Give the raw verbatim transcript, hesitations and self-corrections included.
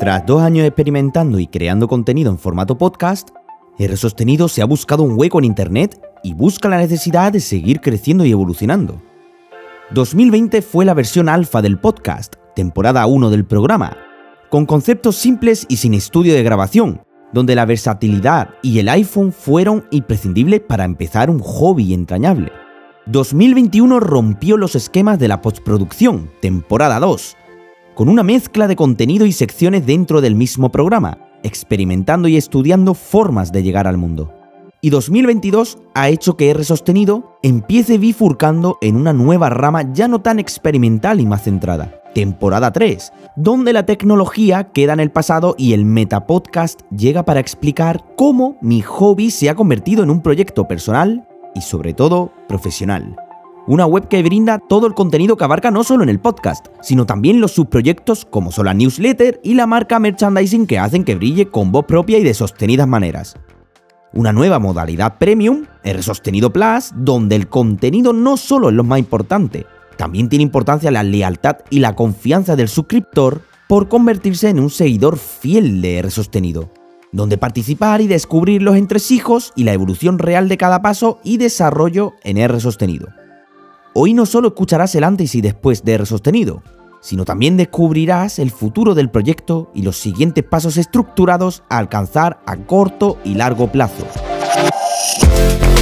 Tras dos años experimentando y creando contenido en formato podcast, R Sostenido se ha buscado un hueco en Internet y busca la necesidad de seguir creciendo y evolucionando. dos mil veinte fue la versión alfa del podcast, temporada uno del programa, con conceptos simples y sin estudio de grabación, donde la versatilidad y el iPhone fueron imprescindibles para empezar un hobby entrañable. dos mil veintiuno rompió los esquemas de la postproducción, temporada dos, con una mezcla de contenido y secciones dentro del mismo programa, experimentando y estudiando formas de llegar al mundo. Y dos mil veintidós ha hecho que R Sostenido empiece bifurcando en una nueva rama ya no tan experimental y más centrada. Temporada tres, donde la tecnología queda en el pasado y el Metapodcast llega para explicar cómo mi hobby se ha convertido en un proyecto personal y sobre todo profesional. Una web que brinda todo el contenido que abarca no solo en el podcast, sino también los subproyectos como son la newsletter y la marca merchandising que hacen que brille con voz propia y de sostenidas maneras. Una nueva modalidad premium, R Sostenido Plus, donde el contenido no solo es lo más importante, también tiene importancia la lealtad y la confianza del suscriptor por convertirse en un seguidor fiel de R Sostenido, donde participar y descubrir los entresijos y la evolución real de cada paso y desarrollo en R Sostenido. Hoy no solo escucharás el antes y después de R Sostenido, sino también descubrirás el futuro del proyecto y los siguientes pasos estructurados a alcanzar a corto y largo plazo.